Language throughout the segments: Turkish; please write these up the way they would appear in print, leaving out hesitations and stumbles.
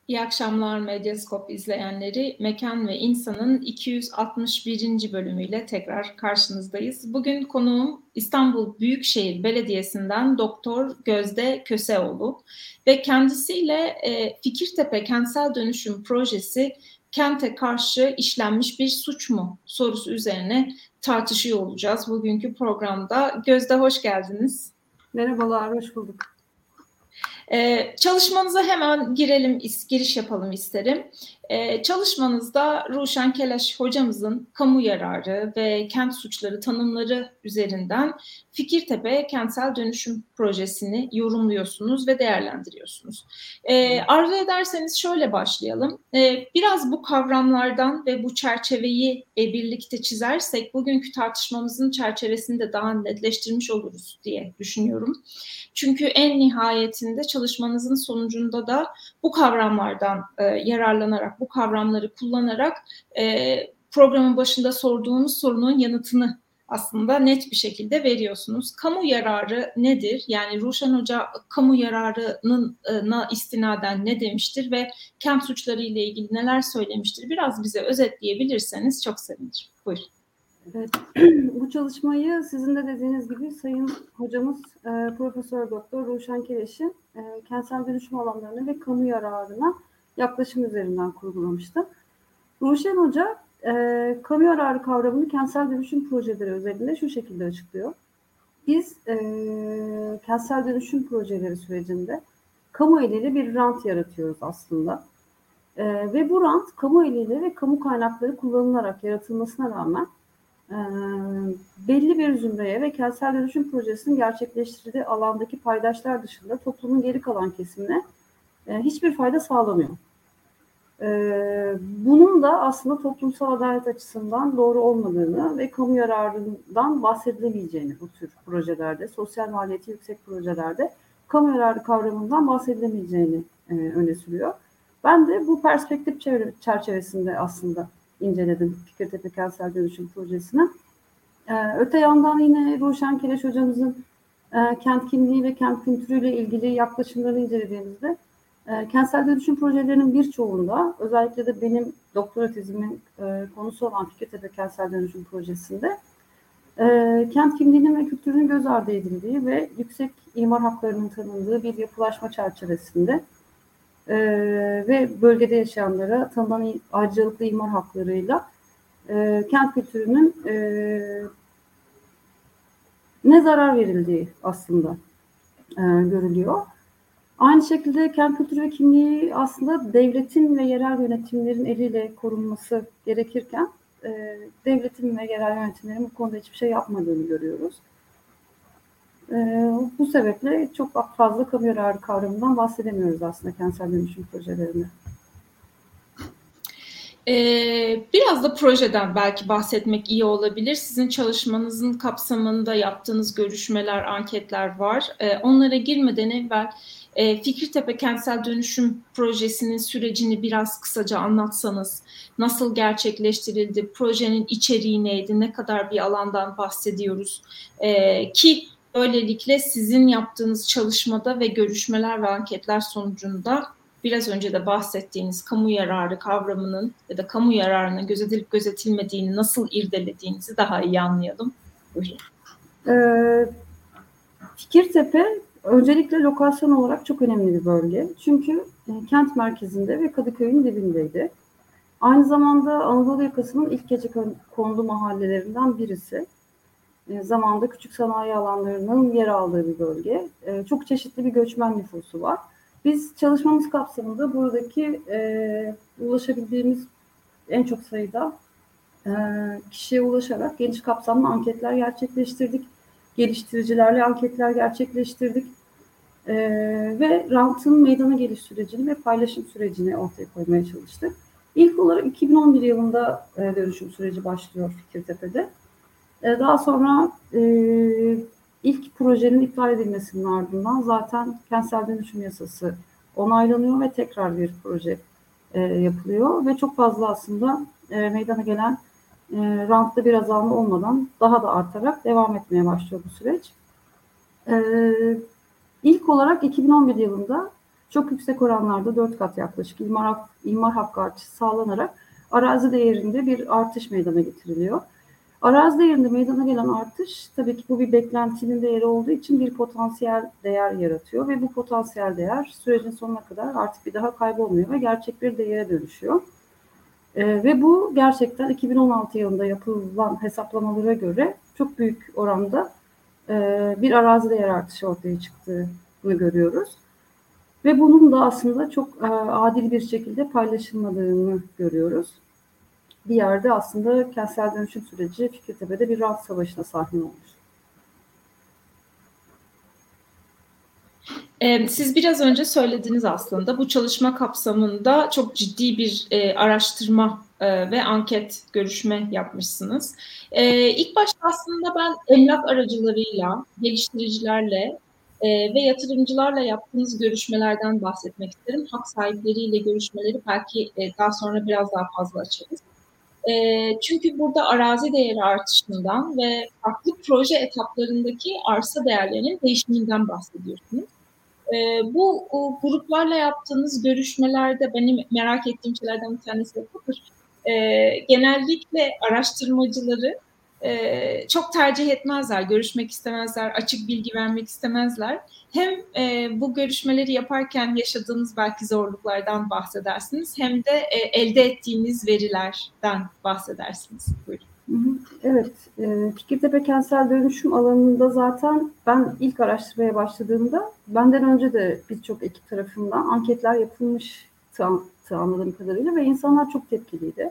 İyi akşamlar Medyaskop izleyenleri. Mekan ve İnsan'ın 261. bölümüyle tekrar karşınızdayız. Bugün konuğum İstanbul Büyükşehir Belediyesi'nden Doktor Gözde Köseoğlu ve kendisiyle Fikirtepe Kentsel Dönüşüm Projesi kente karşı işlenmiş bir suç mu sorusu üzerine tartışıyor olacağız bugünkü programda. Gözde hoş geldiniz. Merhabalar, hoş bulduk. Çalışmanıza hemen giriş yapalım isterim. Çalışmanızda Ruşen Keleş hocamızın kamu yararı ve kent suçları tanımları üzerinden Fikirtepe Kentsel Dönüşüm Projesi'ni yorumluyorsunuz ve değerlendiriyorsunuz. Arzu ederseniz şöyle başlayalım. Biraz bu kavramlardan ve bu çerçeveyi birlikte çizersek bugünkü tartışmamızın çerçevesini de daha netleştirmiş oluruz diye düşünüyorum. Çünkü en nihayetinde çalışmanızın sonucunda da bu kavramlardan yararlanarak, bu kavramları kullanarak programın başında sorduğumuz sorunun yanıtını aslında net bir şekilde veriyorsunuz. Kamu yararı nedir? Yani Ruşen Hoca kamu yararına istinaden ne demiştir ve kent suçları ile ilgili neler söylemiştir? Biraz bize özetleyebilirseniz çok sevinirim. Buyurun. Evet, bu çalışmayı sizin de dediğiniz gibi Sayın Hocamız Profesör Doktor Ruşen Keleş'in kentsel dönüşüm alanlarına ve kamu yararına yaklaşım üzerinden kurgulamıştı. Ruşen Hoca kamu yararı kavramını kentsel dönüşüm projeleri özelinde şu şekilde açıklıyor. Biz kentsel dönüşüm projeleri sürecinde kamu eliyle bir rant yaratıyoruz aslında. Ve bu rant kamu eliyle ve kamu kaynakları kullanılarak yaratılmasına rağmen belli bir zümreye ve kentsel dönüşüm projesinin gerçekleştirildiği alandaki paydaşlar dışında toplumun geri kalan kesimine hiçbir fayda sağlamıyor. Bunun da aslında toplumsal adalet açısından doğru olmadığını ve kamu yararından bahsedilemeyeceğini bu tür projelerde, sosyal maliyeti yüksek projelerde kamu yararı kavramından bahsedilemeyeceğini öne sürüyor. Ben de bu perspektif çerçevesinde aslında inceledim Fikirtepe Kentsel Dönüşüm Projesi'ni. Öte yandan yine Ruşen Keleş hocamızın kent kimliği ve kent kültürüyle ilgili yaklaşımlarını incelediğimizde kentsel dönüşüm projelerinin birçoğunda, özellikle de benim doktora tezimin konusu olan Fikirtepe Kentsel Dönüşüm Projesi'nde kent kimliğinin ve kültürünün göz ardı edildiği ve yüksek imar haklarının tanındığı bir yapılaşma çerçevesinde ve bölgede yaşayanlara tanınan ayrıcalıklı imar haklarıyla kent kültürünün ne zarar verildiği aslında görülüyor. Aynı şekilde kent kültürü ve kimliği aslında devletin ve yerel yönetimlerin eliyle korunması gerekirken devletin ve yerel yönetimlerin bu konuda hiçbir şey yapmadığını görüyoruz. Bu sebeple çok fazla kamu yararı kavramından bahsedemiyoruz aslında kentsel dönüşüm projelerinde. Biraz da projeden belki bahsetmek iyi olabilir. Sizin çalışmanızın kapsamında yaptığınız görüşmeler, anketler var. Onlara girmeden evvel Fikirtepe Kentsel Dönüşüm Projesi'nin sürecini biraz kısaca anlatsanız, nasıl gerçekleştirildi, projenin içeriği neydi, ne kadar bir alandan bahsediyoruz ki böylelikle sizin yaptığınız çalışmada ve görüşmeler ve anketler sonucunda biraz önce de bahsettiğiniz kamu yararı kavramının ya da kamu yararının gözetilip gözetilmediğini nasıl irdelediğinizi daha iyi anlayalım. Fikirtepe öncelikle lokasyon olarak çok önemli bir bölge. Çünkü kent merkezinde ve Kadıköy'ün dibindeydi. Aynı zamanda Anadolu yakasının ilk gece kondu mahallelerinden birisi. Zamanında küçük sanayi alanlarının yer aldığı bir bölge. Çok çeşitli bir göçmen nüfusu var. Biz çalışmamız kapsamında buradaki ulaşabildiğimiz en çok sayıda kişiye ulaşarak geniş kapsamlı anketler gerçekleştirdik. Geliştiricilerle anketler gerçekleştirdik. Ve rantın meydana geliş sürecini ve paylaşım sürecini ortaya koymaya çalıştık. İlk olarak 2011 yılında dönüşüm süreci başlıyor Fikirtepe'de. Daha sonra ilk projenin iptal edilmesinin ardından zaten kentsel dönüşüm yasası onaylanıyor ve tekrar bir proje yapılıyor ve çok fazla aslında meydana gelen rantta bir azalma olmadan daha da artarak devam etmeye başlıyor bu süreç. İlk olarak 2011 yılında çok yüksek oranlarda 4 kat yaklaşık imar hakkı artışı sağlanarak arazi değerinde bir artış meydana getiriliyor. Arazi değerinde meydana gelen artış, tabii ki bu bir beklentinin değeri olduğu için bir potansiyel değer yaratıyor ve bu potansiyel değer sürecin sonuna kadar artık bir daha kaybolmuyor ve gerçek bir değere dönüşüyor. Ve bu gerçekten 2016 yılında yapılan hesaplamalara göre çok büyük oranda bir arazi değer artışı ortaya çıktığını görüyoruz. Ve bunun da aslında çok adil bir şekilde paylaşılmadığını görüyoruz. Bir yerde aslında kentsel dönüşüm süreci Fikirtepe'de bir rant savaşına sahne olmuş. Siz biraz önce söylediniz aslında bu çalışma kapsamında çok ciddi bir araştırma ve anket görüşme yapmışsınız. İlk başta aslında ben emlak aracılarıyla, geliştiricilerle ve yatırımcılarla yaptığınız görüşmelerden bahsetmek isterim. Hak sahipleriyle görüşmeleri belki daha sonra biraz daha fazla açarız. Çünkü burada arazi değeri artışından ve farklı proje etaplarındaki arsa değerlerinin değişiminden bahsediyorsunuz. Bu gruplarla yaptığınız görüşmelerde benim merak ettiğim şeylerden bir tanesi de budur. Genellikle araştırmacıları çok tercih etmezler, görüşmek istemezler, açık bilgi vermek istemezler. Hem bu görüşmeleri yaparken yaşadığınız belki zorluklardan bahsedersiniz, hem de elde ettiğiniz verilerden bahsedersiniz. Buyurun. Evet, Fikirtepe kentsel dönüşüm alanında zaten ben ilk araştırmaya başladığımda benden önce de birçok ekip tarafından anketler yapılmıştı anladığım kadarıyla ve insanlar çok tepkiliydi.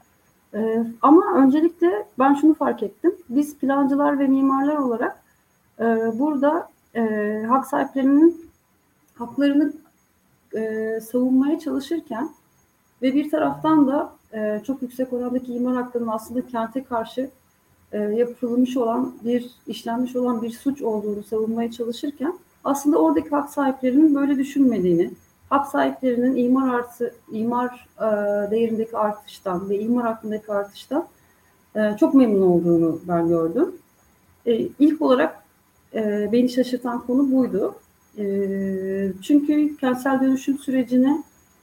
Ama öncelikle ben şunu fark ettim. Biz plancılar ve mimarlar olarak burada hak sahiplerinin haklarını savunmaya çalışırken ve bir taraftan da çok yüksek orandaki imar haklarının aslında kente karşı yapılmış olan işlenmiş olan bir suç olduğunu savunmaya çalışırken aslında oradaki hak sahiplerinin böyle düşünmediğini, hak sahiplerinin imar değerindeki artıştan ve imar hakkındaki artıştan çok memnun olduğunu ben gördüm. İlk olarak beni şaşırtan konu buydu. Çünkü kentsel dönüşüm sürecine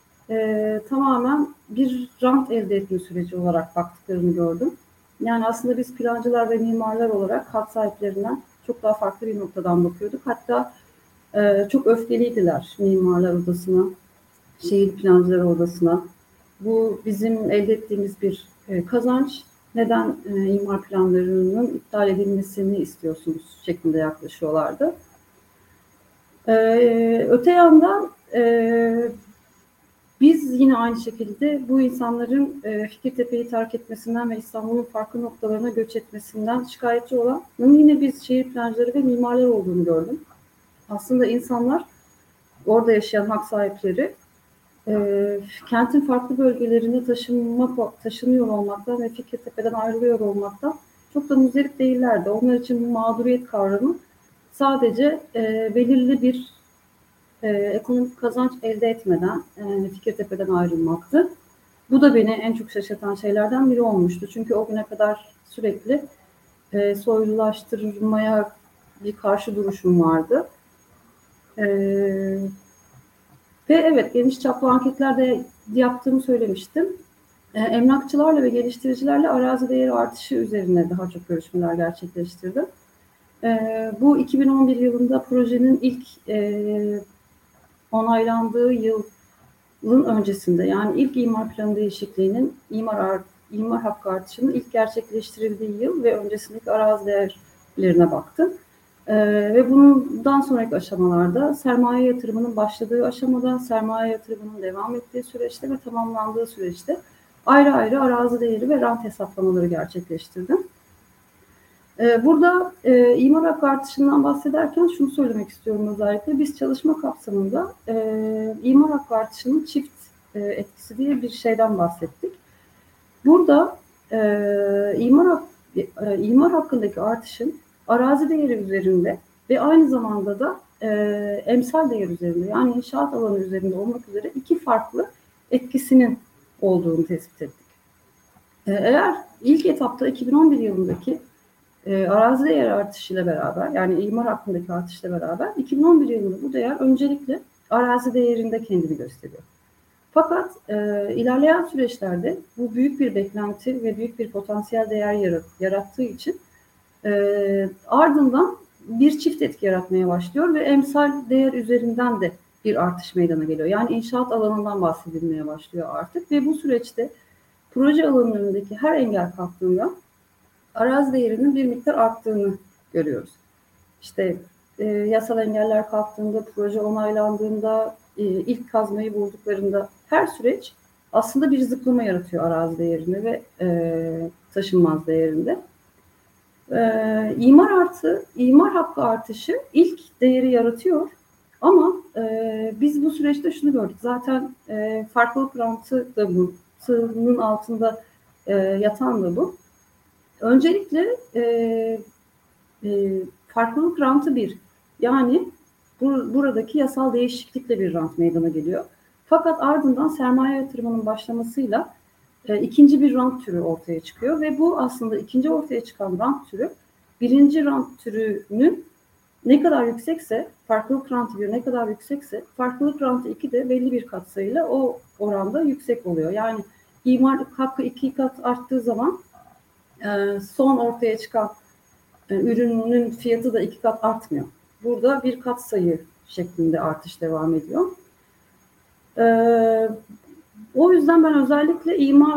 tamamen bir rant elde etme süreci olarak baktıklarını gördüm. Yani aslında biz plancılar ve mimarlar olarak hak sahiplerinden çok daha farklı bir noktadan bakıyorduk. Hatta çok öfkeliydiler mimarlar odasına, şehir plancıları odasına. Bu bizim elde ettiğimiz bir kazanç. Neden imar planlarının iptal edilmesini istiyorsunuz şeklinde yaklaşıyorlardı. Öte yandan biz yine aynı şekilde bu insanların Fikirtepe'yi terk etmesinden ve İstanbul'un farklı noktalarına göç etmesinden şikayetçi olan yine biz şehir plancıları ve mimarlar olduğunu gördüm. Aslında insanlar, orada yaşayan hak sahipleri kentin farklı bölgelerine taşınıyor olmaktan ve Fikirtepe'den ayrılıyor olmaktan çok da muzdarip değillerdi. Onlar için bu mağduriyet kavramı sadece belirli bir ekonomik kazanç elde etmeden Fikirtepe'den ayrılmaktı. Bu da beni en çok şaşırtan şeylerden biri olmuştu. Çünkü o güne kadar sürekli soylulaştırmaya bir karşı duruşum vardı. Ve evet, geniş çaplı anketler de yaptığımı söylemiştim. Emlakçılarla ve geliştiricilerle arazi değeri artışı üzerine daha çok görüşmeler gerçekleştirdim. Bu 2011 yılında projenin ilk onaylandığı yılın öncesinde, yani ilk imar planı değişikliğinin imar hakkı artışının ilk gerçekleştirildiği yıl ve öncesindeki arazi değerlerine baktım. Ve bundan sonraki aşamalarda sermaye yatırımının başladığı aşamada, sermaye yatırımının devam ettiği süreçte ve tamamlandığı süreçte ayrı ayrı arazi değeri ve rant hesaplamaları gerçekleştirdim. Burada imar hakkı artışından bahsederken şunu söylemek istiyorum özellikle. Biz çalışma kapsamında imar hakkı artışının çift etkisi diye bir şeyden bahsettik. Burada imar hakkındaki artışın arazi değeri üzerinde ve aynı zamanda da emsal değer üzerinde, yani inşaat alanı üzerinde olmak üzere iki farklı etkisinin olduğunu tespit ettik. Eğer ilk etapta 2011 yılındaki arazi değer artışıyla beraber, yani imar hakkındaki artışla beraber 2011 yılında bu değer öncelikle arazi değerinde kendini gösteriyor. Fakat ilerleyen süreçlerde bu büyük bir beklenti ve büyük bir potansiyel değer yarattığı için ardından bir çift etki yaratmaya başlıyor ve emsal değer üzerinden de bir artış meydana geliyor. Yani inşaat alanından bahsedilmeye başlıyor artık ve bu süreçte proje alanının önündeki her engel kalktığında arazi değerinin bir miktar arttığını görüyoruz. İşte yasal engeller kalktığında, proje onaylandığında, ilk kazmayı bulduklarında her süreç aslında bir zıplama yaratıyor arazi değerinde ve taşınmaz değerinde. İmar hakkı artışı ilk değeri yaratıyor ama biz bu süreçte şunu gördük. Zaten farklılık rantı da bunun altında yatan da bu. Öncelikle farklılık rantı bir. Yani buradaki yasal değişiklikle bir rant meydana geliyor. Fakat ardından sermaye yatırımının başlamasıyla ikinci bir rant türü ortaya çıkıyor ve bu aslında ikinci ortaya çıkan rant türü birinci rant türünün ne kadar yüksekse, farklılık rantı 1 ne kadar yüksekse, farklılık rantı 2 de belli bir katsayıyla o oranda yüksek oluyor. Yani imar hakkı 2 kat arttığı zaman son ortaya çıkan ürünün fiyatı da 2 kat artmıyor. Burada bir katsayı şeklinde artış devam ediyor. O yüzden ben özellikle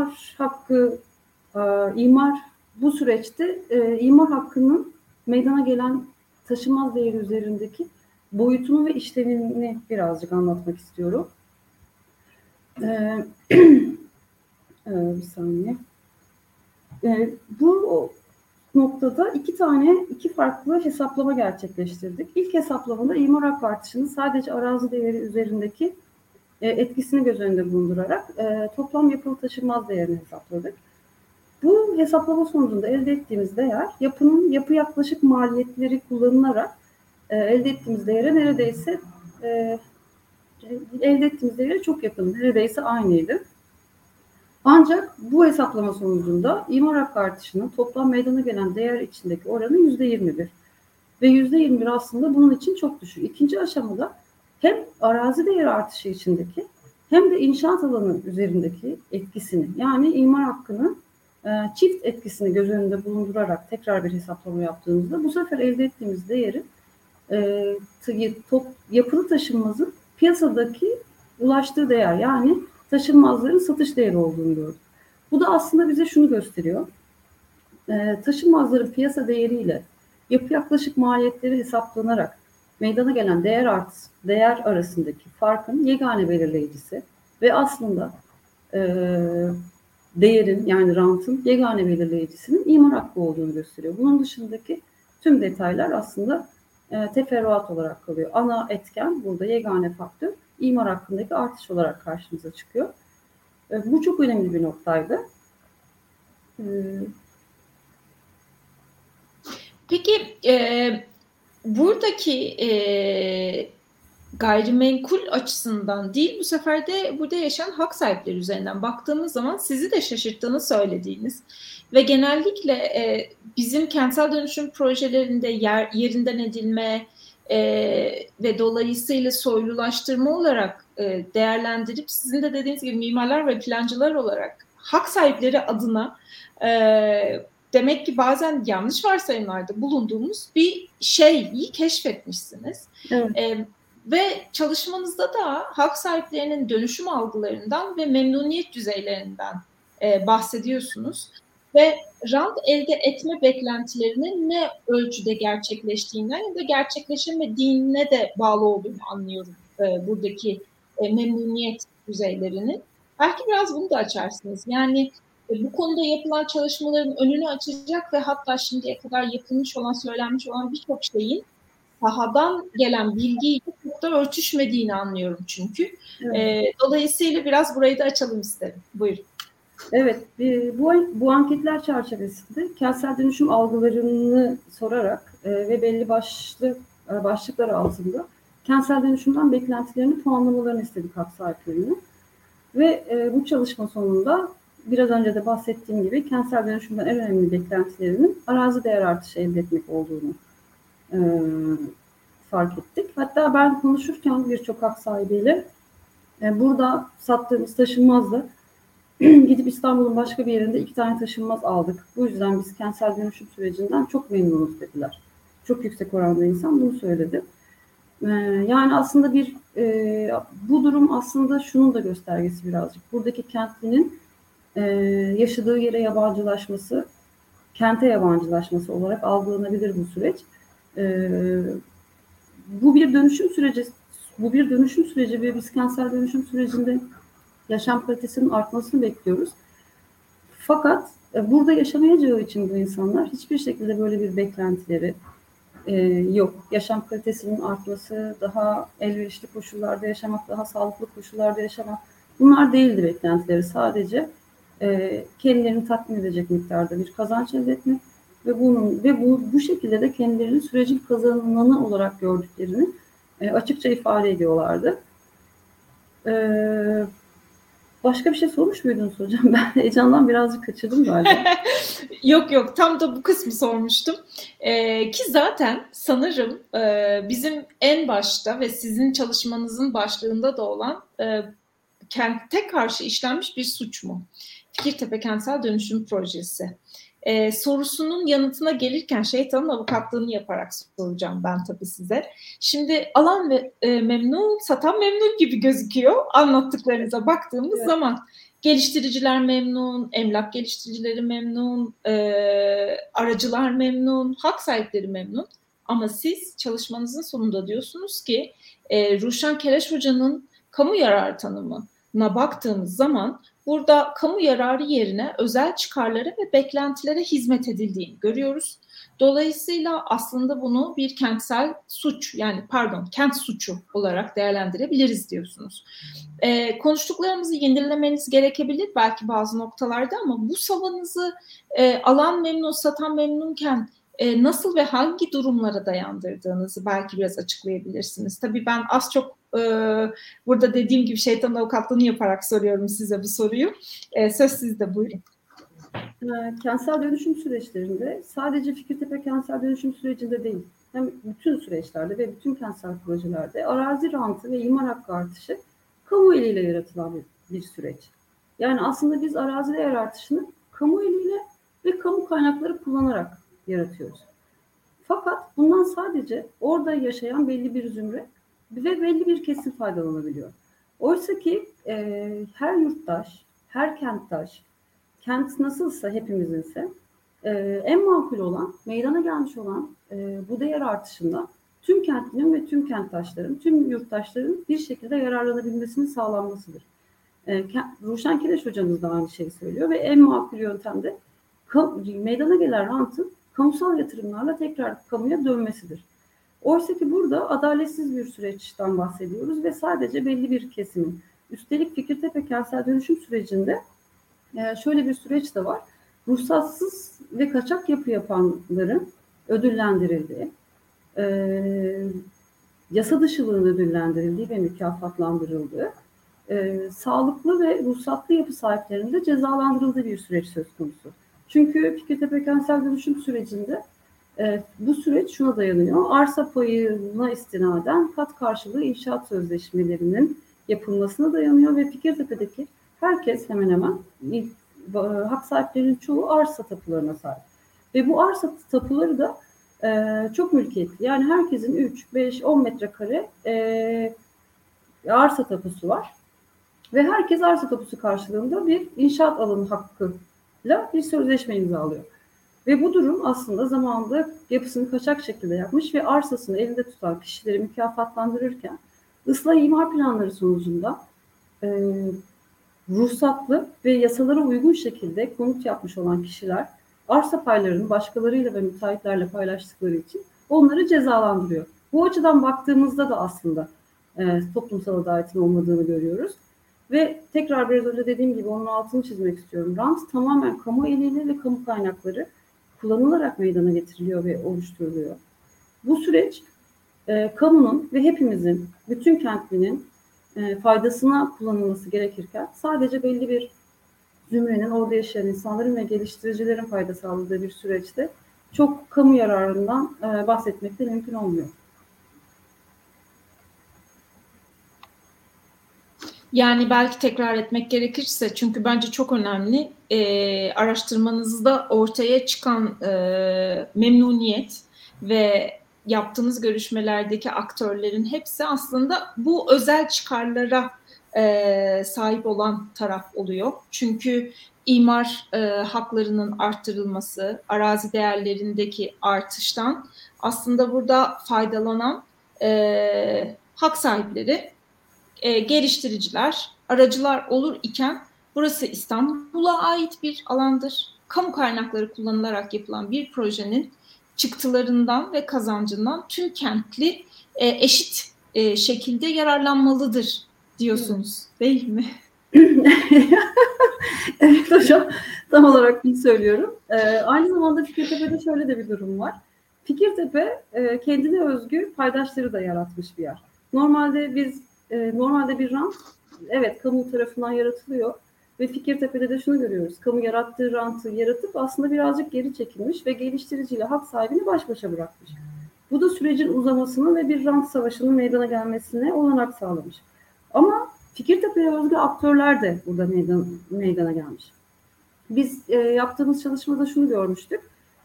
bu süreçte imar hakkının meydana gelen taşınmaz değeri üzerindeki boyutunu ve işlevini birazcık anlatmak istiyorum. Bir saniye. Bu noktada iki farklı hesaplama gerçekleştirdik. İlk hesaplamada imar hakkı artışının sadece arazi değeri üzerindeki etkisini göz önünde bulundurarak toplam yapılı taşınmaz değerini hesapladık. Bu hesaplama sonucunda elde ettiğimiz değer yapı yaklaşık maliyetleri kullanılarak elde ettiğimiz değere çok yakın, neredeyse aynıydı. Ancak bu hesaplama sonucunda imar hakkı artışının toplam meydana gelen değer içindeki oranı %21. Ve %21 aslında bunun için çok düşük. İkinci aşamada hem arazi değeri artışı içindeki hem de inşaat alanı üzerindeki etkisini, yani imar hakkının çift etkisini göz önünde bulundurarak tekrar bir hesaplama yaptığımızda bu sefer elde ettiğimiz değeri yapılı taşınmazın piyasadaki ulaştığı değer, yani taşınmazların satış değeri olduğunu gördük. Bu da aslında bize şunu gösteriyor. Taşınmazların piyasa değeriyle yapı yaklaşık maliyetleri hesaplanarak meydana gelen değer arasındaki farkın yegane belirleyicisi ve aslında değerin, yani rantın yegane belirleyicisinin imar hakkı olduğunu gösteriyor. Bunun dışındaki tüm detaylar aslında teferruat olarak kalıyor. Ana etken burada, yegane faktör imar hakkındaki artış olarak karşımıza çıkıyor. Bu çok önemli bir noktaydı. Peki buradaki gayrimenkul açısından değil, bu sefer de burada yaşayan hak sahipleri üzerinden baktığımız zaman sizi de şaşırttığını söylediğiniz ve genellikle bizim kentsel dönüşüm projelerinde yerinden edilme ve dolayısıyla soylulaştırma olarak değerlendirip sizin de dediğiniz gibi mimarlar ve plancılar olarak hak sahipleri adına demek ki bazen yanlış varsayımlarda bulunduğumuz bir şeyi keşfetmişsiniz. Evet. Ve çalışmanızda da hak sahiplerinin dönüşüm algılarından ve memnuniyet düzeylerinden bahsediyorsunuz. Ve rant elde etme beklentilerinin ne ölçüde gerçekleştiğinden ya da gerçekleşemediğine de bağlı olduğunu anlıyorum buradaki memnuniyet düzeylerinin. Belki biraz bunu da açarsınız. Yani bu konuda yapılan çalışmaların önünü açacak ve hatta şimdiye kadar yapılmış olan, söylenmiş olan birçok şeyin sahadan gelen bilgiyle çok da örtüşmediğini anlıyorum çünkü. Evet. Dolayısıyla biraz burayı da açalım isterim. Buyurun. Evet, bu anketler çerçevesinde kentsel dönüşüm algılarını sorarak ve belli başlıklar altında kentsel dönüşümden beklentilerini puanlamalarını istedik hak sahiplerinin. Ve bu çalışma sonunda biraz önce de bahsettiğim gibi kentsel dönüşümden en önemli beklentilerinin arazi değer artışı elde etmek olduğunu fark ettik. Hatta ben konuşurken birçok hak sahibiyle burada sattığımız taşınmazda gidip İstanbul'un başka bir yerinde 2 tane taşınmaz aldık. Bu yüzden biz kentsel dönüşüm sürecinden çok memnunuz dediler. Çok yüksek oranda insan bunu söyledi. Yani aslında bu durum aslında şunun da göstergesi birazcık. Buradaki kentlinin yaşadığı yere yabancılaşması, kente yabancılaşması olarak algılanabilir bu süreç. Bu bir dönüşüm süreci. Bu bir dönüşüm süreci ve biz kentsel dönüşüm sürecinde yaşam kalitesinin artmasını bekliyoruz. Fakat burada yaşamayacağı için bu insanlar hiçbir şekilde böyle bir beklentileri yok. Yaşam kalitesinin artması, daha elverişli koşullarda yaşamak, daha sağlıklı koşullarda yaşamak, bunlar değildi beklentileri. Sadece kendilerini tatmin edecek miktarda bir kazanç elde etmek ve bu şekilde de kendilerini sürecin kazananı olarak gördüklerini açıkça ifade ediyorlardı. Başka bir şey sormuş muydunuz hocam? Ben heyecandan birazcık kaçırdım galiba. Yok, tam da bu kısmı sormuştum. Ki zaten sanırım bizim en başta ve sizin çalışmanızın başlığında da olan kente karşı işlenmiş bir suç mu? Fikirtepe Kentsel Dönüşüm Projesi. Sorusunun yanıtına gelirken şeytanın avukatlığını yaparak soracağım ben tabii size. Şimdi alan ve memnun, satan memnun gibi gözüküyor anlattıklarınıza baktığımız zaman. Geliştiriciler memnun, emlak geliştiricileri memnun, aracılar memnun, hak sahipleri memnun. Ama siz çalışmanızın sonunda diyorsunuz ki Ruşen Keleş Hoca'nın kamu yararı tanımına baktığımız zaman burada kamu yararı yerine özel çıkarlara ve beklentilere hizmet edildiğini görüyoruz. Dolayısıyla aslında bunu bir kentsel suç, kent suçu olarak değerlendirebiliriz diyorsunuz. Konuştuklarımızı yenilemeniz gerekebilir belki bazı noktalarda ama bu savanızı alan memnun, satan memnunken nasıl ve hangi durumlara dayandırdığınızı belki biraz açıklayabilirsiniz. Tabii ben az çok burada dediğim gibi şeytanın avukatlığını yaparak soruyorum size bu soruyu. Söz sizde, buyurun. Kentsel dönüşüm süreçlerinde sadece Fikirtepe kentsel dönüşüm sürecinde değil, hem bütün süreçlerde ve bütün kentsel projelerde arazi rantı ve imar hakkı artışı kamu eliyle yaratılan bir süreç. Yani aslında biz arazi değer artışını kamu eliyle ve kamu kaynakları kullanarak yaratıyoruz. Fakat bundan sadece orada yaşayan belli bir zümre ve belli bir kesim faydalanabiliyor. Oysa ki her yurttaş, her kenttaş, kent nasılsa hepimizinse en makul olan, meydana gelmiş olan bu değer artışında tüm kentlinin ve tüm kenttaşların, tüm yurttaşların bir şekilde yararlanabilmesinin sağlanmasıdır. Ruşen Keleş hocamız da aynı şeyi söylüyor ve en makul yöntemde meydana gelen rantın kamusal yatırımlarla tekrar kamuya dönmesidir. Oysa ki burada adaletsiz bir süreçten bahsediyoruz ve sadece belli bir kesimin. Üstelik Fikirtepe kentsel dönüşüm sürecinde şöyle bir süreç de var. Ruhsatsız ve kaçak yapı yapanların ödüllendirildiği, yasa dışılığın ödüllendirildiği ve mükafatlandırıldığı, sağlıklı ve ruhsatlı yapı sahiplerinin de cezalandırıldığı bir süreç söz konusu. Çünkü Fikirtepe kentsel dönüşüm sürecinde bu süreç şuna dayanıyor. Arsa payına istinaden kat karşılığı inşaat sözleşmelerinin yapılmasına dayanıyor ve Fikirtepe'deki herkes hemen hemen hak sahiplerinin çoğu arsa tapularına sahip. Ve bu arsa tapuları da çok mülkiyetli. Yani herkesin 3, 5, 10 metrekare arsa tapusu var. Ve herkes arsa tapusu karşılığında bir inşaat alanı hakkıyla bir sözleşme imzalıyor. Ve bu durum aslında zamanında yapısını kaçak şekilde yapmış ve arsasını elinde tutan kişileri mükafatlandırırken ıslah imar planları sonucunda ruhsatlı ve yasalara uygun şekilde konut yapmış olan kişiler arsa paylarını başkalarıyla ve müteahhitlerle paylaştıkları için onları cezalandırıyor. Bu açıdan baktığımızda da aslında toplumsal adaletin olmadığını görüyoruz. Ve tekrar biraz önce dediğim gibi onun altını çizmek istiyorum. Rant tamamen kamu eliyle ve kamu kaynakları kullanılarak meydana getiriliyor ve oluşturuluyor. Bu süreç kamunun ve hepimizin, bütün kentlinin faydasına kullanılması gerekirken sadece belli bir zümrenin, orada yaşayan insanların ve geliştiricilerin fayda sağladığı bir süreçte çok kamu yararından bahsetmek de mümkün olmuyor. Yani belki tekrar etmek gerekirse, çünkü bence çok önemli, araştırmanızda ortaya çıkan memnuniyet ve yaptığınız görüşmelerdeki aktörlerin hepsi aslında bu özel çıkarlara sahip olan taraf oluyor. Çünkü imar haklarının arttırılması, arazi değerlerindeki artıştan aslında burada faydalanan hak sahipleri, geliştiriciler, aracılar olur iken, burası İstanbul'a ait bir alandır. Kamu kaynakları kullanılarak yapılan bir projenin çıktılarından ve kazancından tüm kentli eşit şekilde yararlanmalıdır diyorsunuz, değil mi? Evet hocam, tam olarak bunu söylüyorum. Aynı zamanda Fikirtepe'de şöyle de bir durum var. Fikirtepe kendine özgü paydaşları da yaratmış bir yer. Normalde bir rant, evet, kamu tarafından yaratılıyor ve Fikirtepe'de de şunu görüyoruz. Kamu yarattığı rantı yaratıp aslında birazcık geri çekilmiş ve geliştiriciyle hak sahibini baş başa bırakmış. Bu da sürecin uzamasını ve bir rant savaşının meydana gelmesine olanak sağlamış. Ama Fikirtepe'ye özgü aktörler de burada meydana gelmiş. Biz yaptığımız çalışmada şunu görmüştük.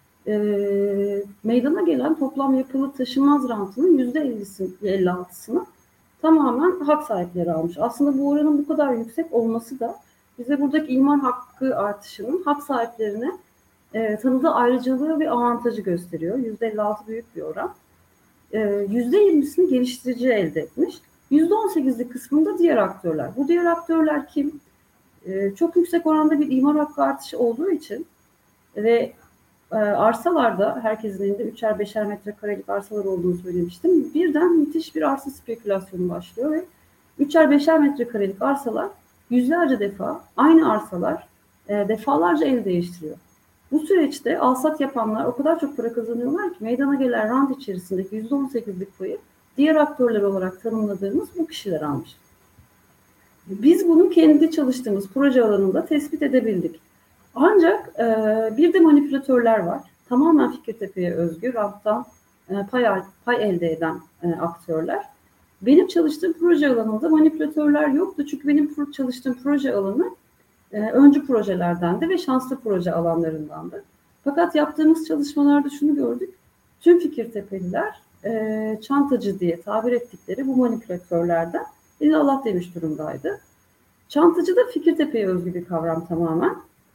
Meydana gelen toplam yapılı taşınmaz rantının %56'sını tamamen hak sahipleri almış. Aslında bu oranın bu kadar yüksek olması da bize buradaki imar hakkı artışının hak sahiplerine tanıdığı ayrıcalığı ve avantajı gösteriyor. %56 büyük bir oran. %20'sini geliştirici elde etmiş. %18'lik kısmında diğer aktörler. Bu diğer aktörler kim? Çok yüksek oranda bir imar hakkı artışı olduğu için ve arsalarda herkesin elinde 3'er 5'er metrekarelik arsalar olduğunu söylemiştim. Birden müthiş bir arsa spekülasyonu başlıyor ve 3'er 5'er metrekarelik arsalar yüzlerce defa aynı arsalar defalarca el değiştiriyor. Bu süreçte alsat yapanlar o kadar çok para kazanıyorlar ki meydana gelen rant içerisindeki %18'lik payı diğer aktörler olarak tanımladığımız bu kişiler almış. Biz bunu kendi çalıştığımız proje alanında tespit edebildik. Ancak bir de manipülatörler var. Tamamen Fikirtepe'ye özgü, ranttan pay elde eden aktörler. Benim çalıştığım proje alanında manipülatörler yoktu. Çünkü benim çalıştığım proje alanı öncü projelerdendi ve şanslı proje alanlarındandı. Fakat yaptığımız çalışmalarda şunu gördük. Tüm Fikirtepeliler çantacı diye tabir ettikleri bu manipülatörlerden illallah demiş durumdaydı. Çantacı da Fikirtepe'ye özgü bir kavram tamamen.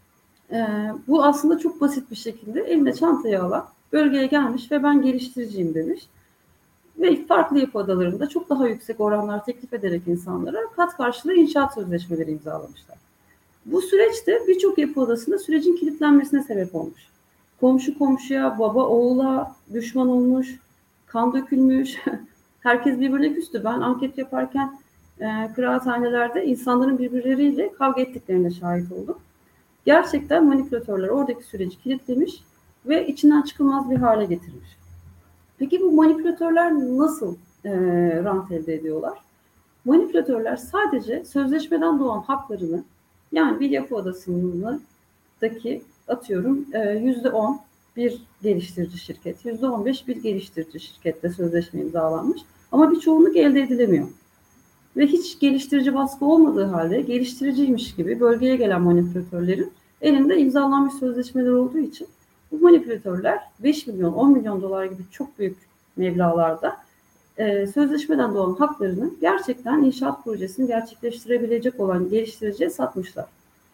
Bu aslında çok basit bir şekilde elinde çantayı alan bölgeye gelmiş ve ben geliştiriciyim demiş. Ve farklı yapı odalarında çok daha yüksek oranlar teklif ederek insanlara kat karşılığı inşaat sözleşmeleri imzalamışlar. Bu süreçte birçok yapı odasında sürecin kilitlenmesine sebep olmuş. Komşu komşuya, baba oğula düşman olmuş, kan dökülmüş, herkes birbirine küstü. Ben anket yaparken kıraathanelerde insanların birbirleriyle kavga ettiklerine şahit oldum. Gerçekten manipülatörler oradaki süreci kilitlemiş ve içinden çıkılmaz bir hale getirmiş. Peki bu manipülatörler nasıl rant elde ediyorlar? Manipülatörler sadece sözleşmeden doğan haklarını, yani bir yapı odasındaki atıyorum %10 bir geliştirici şirket, %15 bir geliştirici şirkette sözleşme imzalanmış ama bir çoğunluk elde edilemiyor. Ve hiç geliştirici baskı olmadığı halde geliştiriciymiş gibi bölgeye gelen manipülatörlerin elinde imzalanmış sözleşmeler olduğu için bu manipülatörler 5 milyon, 10 milyon dolar gibi çok büyük meblağlarda sözleşmeden doğan haklarını gerçekten inşaat projesini gerçekleştirebilecek olan geliştiriciye satmışlar.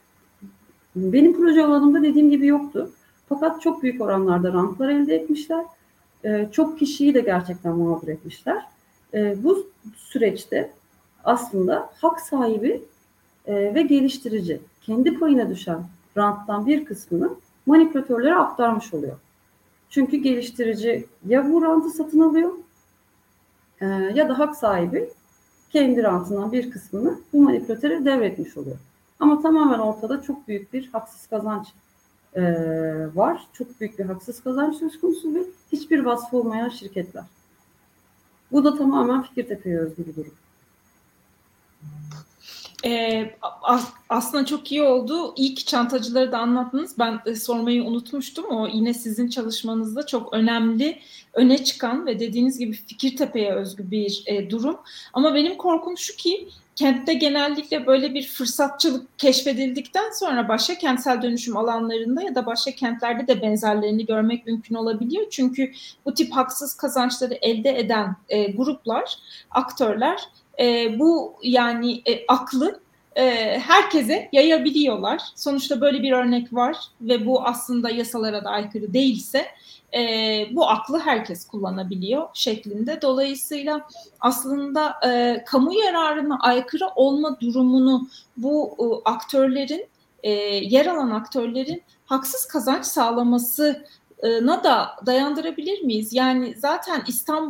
Benim proje alanımda dediğim gibi yoktu. Fakat çok büyük oranlarda rantlar elde etmişler. Çok kişiyi de gerçekten mağdur etmişler. Bu süreçte aslında hak sahibi ve geliştirici kendi payına düşen ranttan bir kısmını manipülatörlere aktarmış oluyor. Çünkü geliştirici ya bu rantı satın alıyor ya da hak sahibi kendi rantından bir kısmını bu manipülatöre devretmiş oluyor. Ama tamamen ortada çok büyük bir haksız kazanç var. Çok büyük bir haksız kazanç söz konusu ve hiçbir vasfı olmayan şirketler. Bu da tamamen Fikirtepe'ye özgü bir durum. Aslında çok iyi oldu. İyi ki çantacıları da anlattınız. Ben sormayı unutmuştum. O yine sizin çalışmanızda çok önemli, öne çıkan ve dediğiniz gibi Fikirtepe'ye özgü bir durum. Ama benim korkum şu ki kentte genellikle böyle bir fırsatçılık keşfedildikten sonra başka kentsel dönüşüm alanlarında ya da başka kentlerde de benzerlerini görmek mümkün olabiliyor. Çünkü bu tip haksız kazançları elde eden gruplar, aktörler bu yani aklı herkese yayabiliyorlar. Sonuçta böyle bir örnek var ve bu aslında yasalara da aykırı değilse bu aklı herkes kullanabiliyor şeklinde. Dolayısıyla aslında kamu yararına aykırı olma durumunu bu aktörlerin, yer alan aktörlerin haksız kazanç sağlamasına da dayandırabilir miyiz? Yani zaten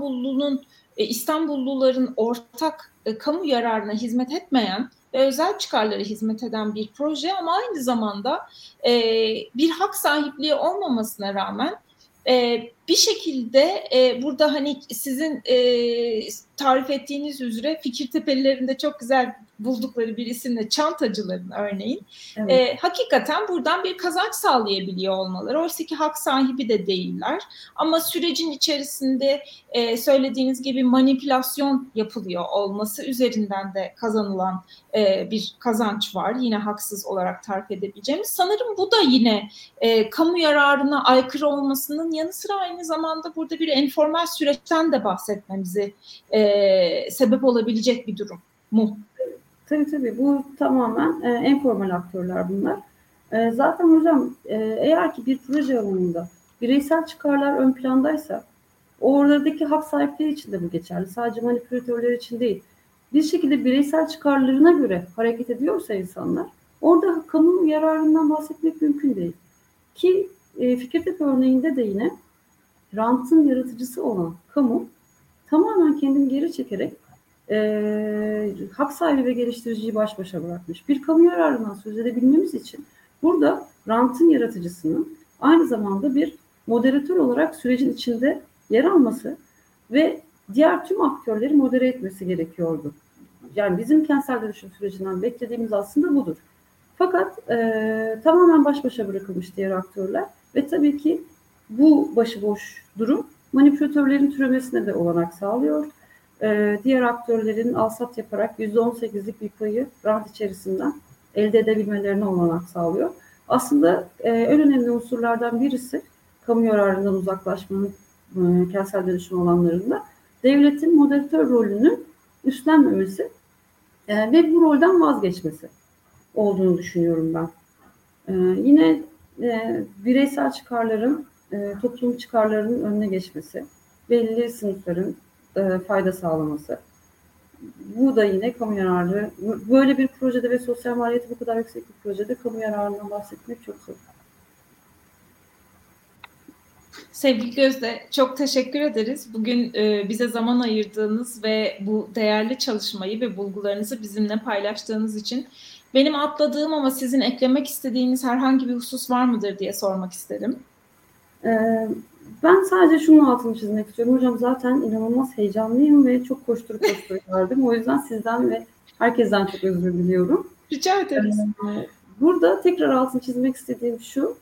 İstanbulluların ortak kamu yararına hizmet etmeyen ve özel çıkarlara hizmet eden bir proje ama aynı zamanda bir hak sahipliği olmamasına rağmen bir şekilde burada hani sizin tarif ettiğiniz üzere Fikirtepelilerin de çok güzel buldukları bir isimle çantacıların örneğin Evet. hakikaten buradan bir kazanç sağlayabiliyor olmaları. Oysa ki hak sahibi de değiller. Ama sürecin içerisinde söylediğiniz gibi manipülasyon yapılıyor olması üzerinden de kazanılan bir kazanç var. Yine haksız olarak tarif edebileceğimiz. Sanırım bu da yine kamu yararına aykırı olmasının yanı sıra aynı zamanda burada bir enformal süreçten de bahsetmemizi sebep olabilecek bir durum mu? Tabii bu tamamen en formal aktörler bunlar. Zaten hocam eğer ki bir proje alanında bireysel çıkarlar ön plandaysa oradaki hak sahipleri için de bu geçerli. Sadece manipülatörler için değil. Bir şekilde bireysel çıkarlarına göre hareket ediyorsa insanlar orada kamu yararından bahsetmek mümkün değil. Ki Fikirtepe örneğinde de yine rantın yaratıcısı olan kamu tamamen kendini geri çekerek hak sahibi ve geliştiriciyi baş başa bırakmış. Bir kamu yararından söz edebilmemiz için burada rantın yaratıcısının aynı zamanda bir moderatör olarak sürecin içinde yer alması ve diğer tüm aktörleri modere etmesi gerekiyordu. Yani bizim kentsel dönüşüm sürecinden beklediğimiz aslında budur. Fakat tamamen baş başa bırakılmış diğer aktörler ve tabii ki bu başıboş durum manipülatörlerin türemesine de olanak sağlıyor. Diğer aktörlerin alsat yaparak %18'lik bir payı rant içerisinden elde edebilmelerine olanak sağlıyor. Aslında en önemli unsurlardan birisi kamu yararından uzaklaşmanın kentsel dönüşüm alanlarında devletin moderatör rolünü üstlenmemesi ve bu rolden vazgeçmesi olduğunu düşünüyorum ben. Yine bireysel çıkarların toplum çıkarlarının önüne geçmesi, belli sınıfların fayda sağlaması. Bu da yine kamu yararı. Böyle bir projede ve sosyal maliyeti bu kadar yüksek bir projede kamu yararından bahsetmek çok zor. Sevgili Gözde, çok teşekkür ederiz. Bugün bize zaman ayırdığınız ve bu değerli çalışmayı ve bulgularınızı bizimle paylaştığınız için benim atladığım ama sizin eklemek istediğiniz herhangi bir husus var mıdır diye sormak isterim. Ben sadece şunun altını çizmek istiyorum. Hocam zaten inanılmaz heyecanlıyım ve çok koşturup geldim. O yüzden sizden ve herkesten çok özür diliyorum. Rica ederiz. Burada tekrar altını çizmek istediğim şu.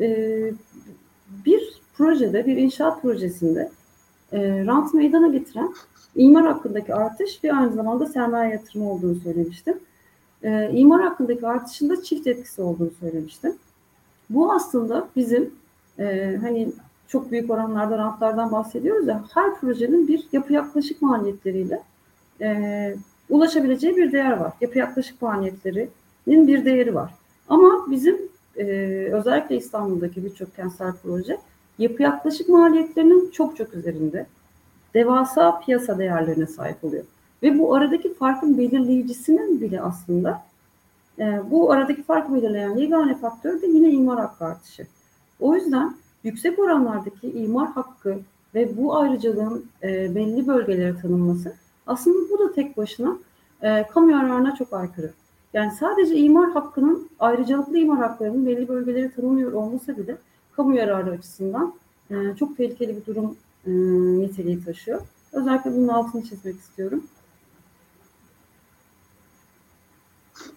Bir projede, bir inşaat projesinde rant meydana getiren imar hakkındaki artış ve aynı zamanda sermaye yatırımı olduğunu söylemiştim. İmar hakkındaki artışın da çift etkisi olduğunu söylemiştim. Bu aslında bizim hani çok büyük oranlarda rantlardan bahsediyoruz ya, her projenin bir yapı yaklaşık maliyetleriyle ulaşabileceği bir değer var. Yapı yaklaşık maliyetlerinin bir değeri var. Ama bizim özellikle İstanbul'daki birçok kentsel proje yapı yaklaşık maliyetlerinin çok üzerinde devasa piyasa değerlerine sahip oluyor. Ve bu aradaki farkın belirleyicisinin bile aslında bu aradaki farkı belirleyen yegane faktör de yine imar hakkı artışı. O yüzden yüksek oranlardaki imar hakkı ve bu ayrıcalığın belli bölgelere tanınması aslında bu da tek başına kamu yararına çok aykırı. Yani sadece imar hakkının, ayrıcalıklı imar haklarının belli bölgelere tanınıyor olması bile kamu yararı açısından çok tehlikeli bir durum niteliği taşıyor. Özellikle bunun altını çizmek istiyorum.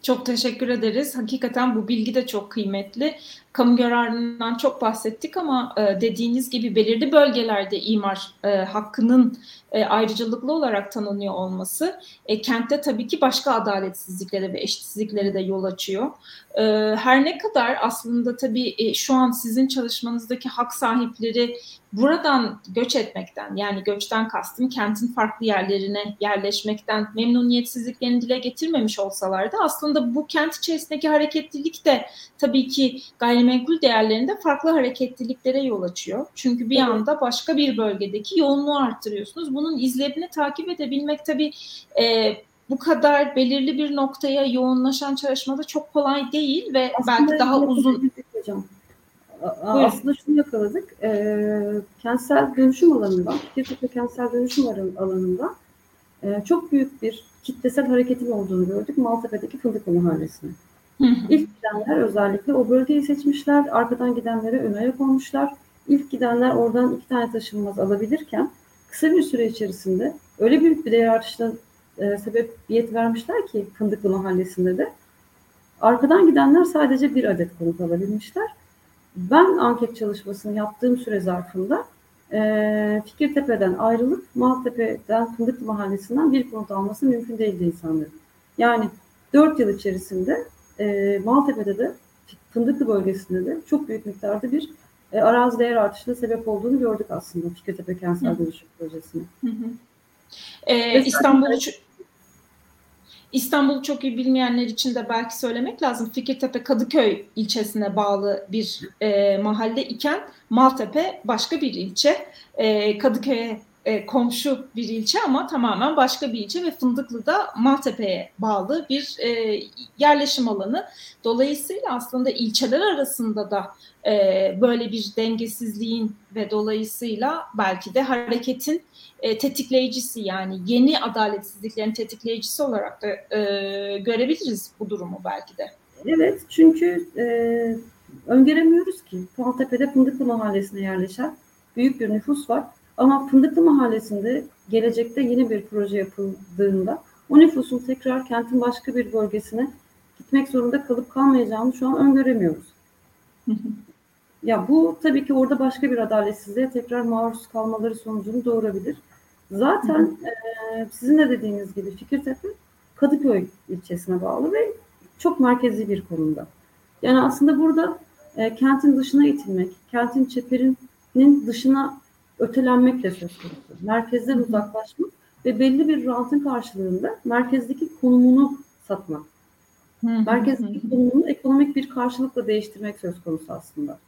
Çok teşekkür ederiz. Hakikaten bu bilgi de çok kıymetli. Kamu yararından çok bahsettik ama dediğiniz gibi belirli bölgelerde imar hakkının ayrıcalıklı olarak tanınıyor olması kentte tabii ki başka adaletsizliklere ve eşitsizliklere de yol açıyor. Her ne kadar aslında tabii şu an sizin çalışmanızdaki hak sahipleri buradan göç etmekten, yani göçten kastım kentin farklı yerlerine yerleşmekten memnuniyetsizliklerini dile getirmemiş olsalar da aslında bu kent içerisindeki hareketlilik de tabii ki gayrimenkul değerlerinde farklı hareketliliklere yol açıyor. Çünkü bir Evet. anda başka bir bölgedeki yoğunluğu arttırıyorsunuz. Bunun izlerini takip edebilmek tabii bu kadar belirli bir noktaya yoğunlaşan çalışmada çok kolay değil ve Aslında belki daha uzun. yapabildik hocam. Buyurun. Aslında şunu yakaladık. Kentsel dönüşüm alanında, Fikirtepe kentsel dönüşüm alanında çok büyük bir kitlesel hareketin olduğunu gördük Maltepe'deki Fındıklı Mahallesi'ne. İlk gidenler özellikle o bölgeyi seçmişler. Arkadan gidenlere ön ayak olmuşlar. İlk gidenler oradan 2 tane taşınmaz alabilirken kısa bir süre içerisinde öyle büyük bir değer artışına sebebiyet vermişler ki Fındıklı Mahallesi'nde de. Arkadan gidenler sadece 1 adet konut alabilmişler. Ben anket çalışmasını yaptığım süre zarfında Fikirtepe'den ayrılıp Maltepe'den Fındıklı Mahallesi'nden bir konut alması mümkün değildi insanların. Yani 4 yıl içerisinde Maltepe'de de Fındıklı bölgesinde de çok büyük miktarda bir arazi değer artışına sebep olduğunu gördük aslında Fikirtepe Kentsel Dönüşüm Projesi'ne. İstanbul'u İstanbul'u çok iyi bilmeyenler için de belki söylemek lazım. Fikirtepe Kadıköy ilçesine bağlı bir mahalle iken Maltepe başka bir ilçe. Kadıköy'e komşu bir ilçe ama tamamen başka bir ilçe ve Fındıklı'da Maltepe'ye bağlı bir yerleşim alanı. Dolayısıyla aslında ilçeler arasında da böyle bir dengesizliğin ve dolayısıyla belki de hareketin tetikleyicisi, yani yeni adaletsizliklerin tetikleyicisi olarak da görebiliriz bu durumu belki de. Evet, çünkü öngöremiyoruz ki Maltepe'de Fındıklı Mahallesi'ne yerleşen büyük bir nüfus var. Ama Fındıklı Mahallesi'nde gelecekte yeni bir proje yapıldığında o nüfusun tekrar kentin başka bir bölgesine gitmek zorunda kalıp kalmayacağını şu an öngöremiyoruz. Ya bu tabii ki orada başka bir adaletsizliğe tekrar maruz kalmaları sonucunu doğurabilir. Zaten sizin de dediğiniz gibi Fikirtepe Kadıköy ilçesine bağlı ve çok merkezi bir konumda. Yani aslında burada kentin dışına itilmek, kentin çeperinin dışına ötelenmekle söz konusu. Merkezden uzaklaşmak ve belli bir rantın karşılığında merkezdeki konumunu satmak. Merkezdeki konumunu ekonomik bir karşılıkla değiştirmek söz konusu aslında.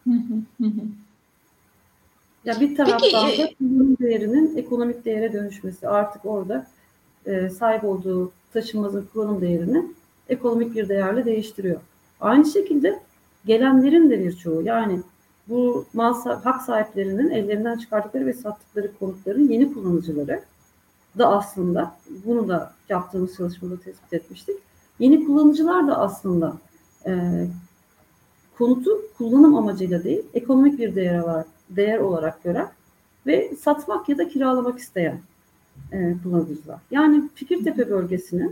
Ya bir taraftan da kullanım değerinin ekonomik değere dönüşmesi, artık orada sahip olduğu taşınmazın kullanım değerini ekonomik bir değerle değiştiriyor. Aynı şekilde gelenlerin de birçoğu, yani bu hak sahiplerinin ellerinden çıkarttıkları ve sattıkları konutların yeni kullanıcıları da aslında, bunu da yaptığımız çalışmada tespit etmiştik. Yeni kullanıcılar da aslında konutu kullanım amacıyla değil, ekonomik bir değer olarak gören ve satmak ya da kiralamak isteyen kullanıcılar. Yani Fikirtepe bölgesinin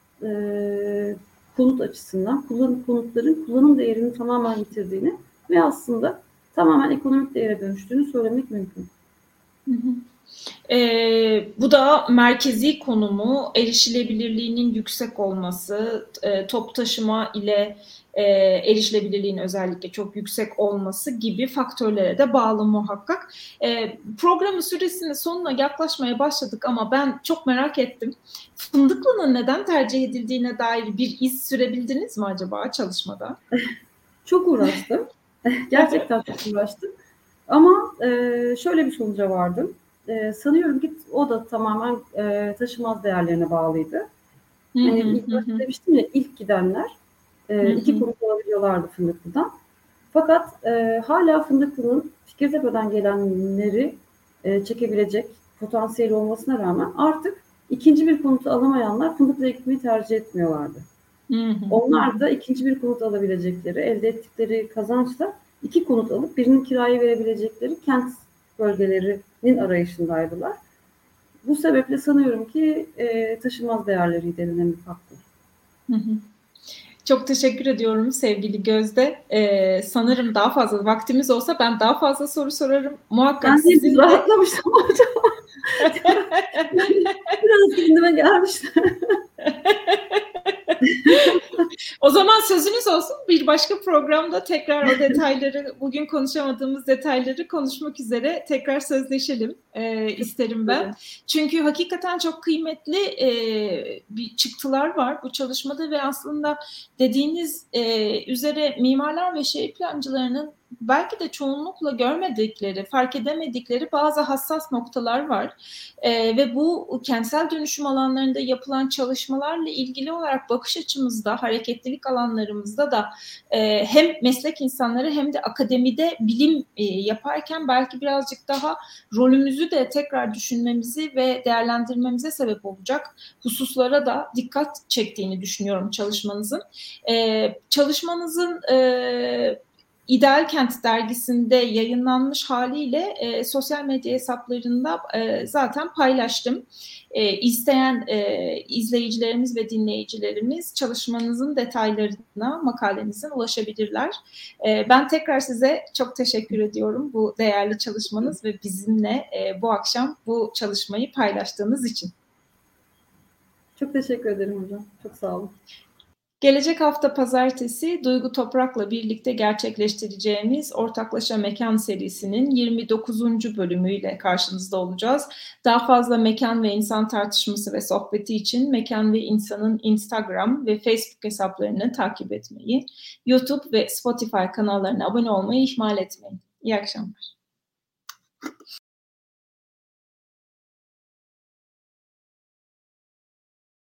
konut açısından konutların kullanım değerini tamamen yitirdiğini ve aslında tamamen ekonomik değere dönüştüğünü söylemek mümkün. Bu da merkezi konumu, erişilebilirliğinin yüksek olması, top taşıma ile erişilebilirliğin özellikle çok yüksek olması gibi faktörlere de bağlı muhakkak. Programın süresinin sonuna yaklaşmaya başladık ama ben çok merak ettim. Fındıklı'nın neden tercih edildiğine dair bir iz sürebildiniz mi acaba çalışmada? Çok uğraştım. Gerçekten çok uğraştım. Ama şöyle bir sonuca vardım. Sanıyorum ki o da tamamen taşımaz değerlerine bağlıydı. Hani ilk başta demiştim ya, ilk gidenler 2 konut alabiliyorlardı Fındıklı'dan. Fakat hala Fındıklı'nın Fikirtepe'den gelenleri çekebilecek potansiyeli olmasına rağmen artık ikinci bir konutu alamayanlar Fındıklı'ya gitmeyi tercih etmiyorlardı. Onlar da ikinci bir konut alabilecekleri, elde ettikleri kazançla 2 konut alıp birini kiraya verebilecekleri kent bölgelerinin arayışındaydılar. Bu sebeple sanıyorum ki taşınmaz değerleriydi en önemli faktör. Çok teşekkür ediyorum sevgili Gözde. Sanırım daha fazla vaktimiz olsa ben daha fazla soru sorarım. Muhakkak Ben de sizin de rahatlamıştım hocam. Biraz kendime gelmiştim. o zaman sözünüz olsun. Bir başka programda tekrar o detayları, bugün konuşamadığımız detayları konuşmak üzere tekrar sözleşelim isterim ben. Çünkü hakikaten çok kıymetli bir çıktılar var bu çalışmada ve aslında dediğiniz üzere mimarlar ve şehir plancılarının belki de çoğunlukla görmedikleri, fark edemedikleri bazı hassas noktalar var. Ve bu kentsel dönüşüm alanlarında yapılan çalışmalarla ilgili olarak bakış açımızda, hareketlilik alanlarımızda da hem meslek insanları hem de akademide bilim yaparken belki birazcık daha rolümüzü de tekrar düşünmemizi ve değerlendirmemize sebep olacak hususlara da dikkat çektiğini düşünüyorum çalışmanızın. Çalışmanızın İdeal Kent dergisinde yayınlanmış haliyle sosyal medya hesaplarında zaten paylaştım. İsteyen izleyicilerimiz ve dinleyicilerimiz çalışmanızın detaylarına, makalenizden ulaşabilirler. Ben tekrar size çok teşekkür ediyorum bu değerli çalışmanız ve bizimle bu akşam bu çalışmayı paylaştığınız için. Çok teşekkür ederim hocam. Çok sağ olun. Gelecek hafta pazartesi Duygu Toprak'la birlikte gerçekleştireceğimiz Ortaklaşa Mekan serisinin 29. bölümüyle karşınızda olacağız. Daha fazla mekan ve insan tartışması ve sohbeti için Mekan ve İnsan'ın Instagram ve Facebook hesaplarını takip etmeyi, YouTube ve Spotify kanallarına abone olmayı ihmal etmeyin. İyi akşamlar.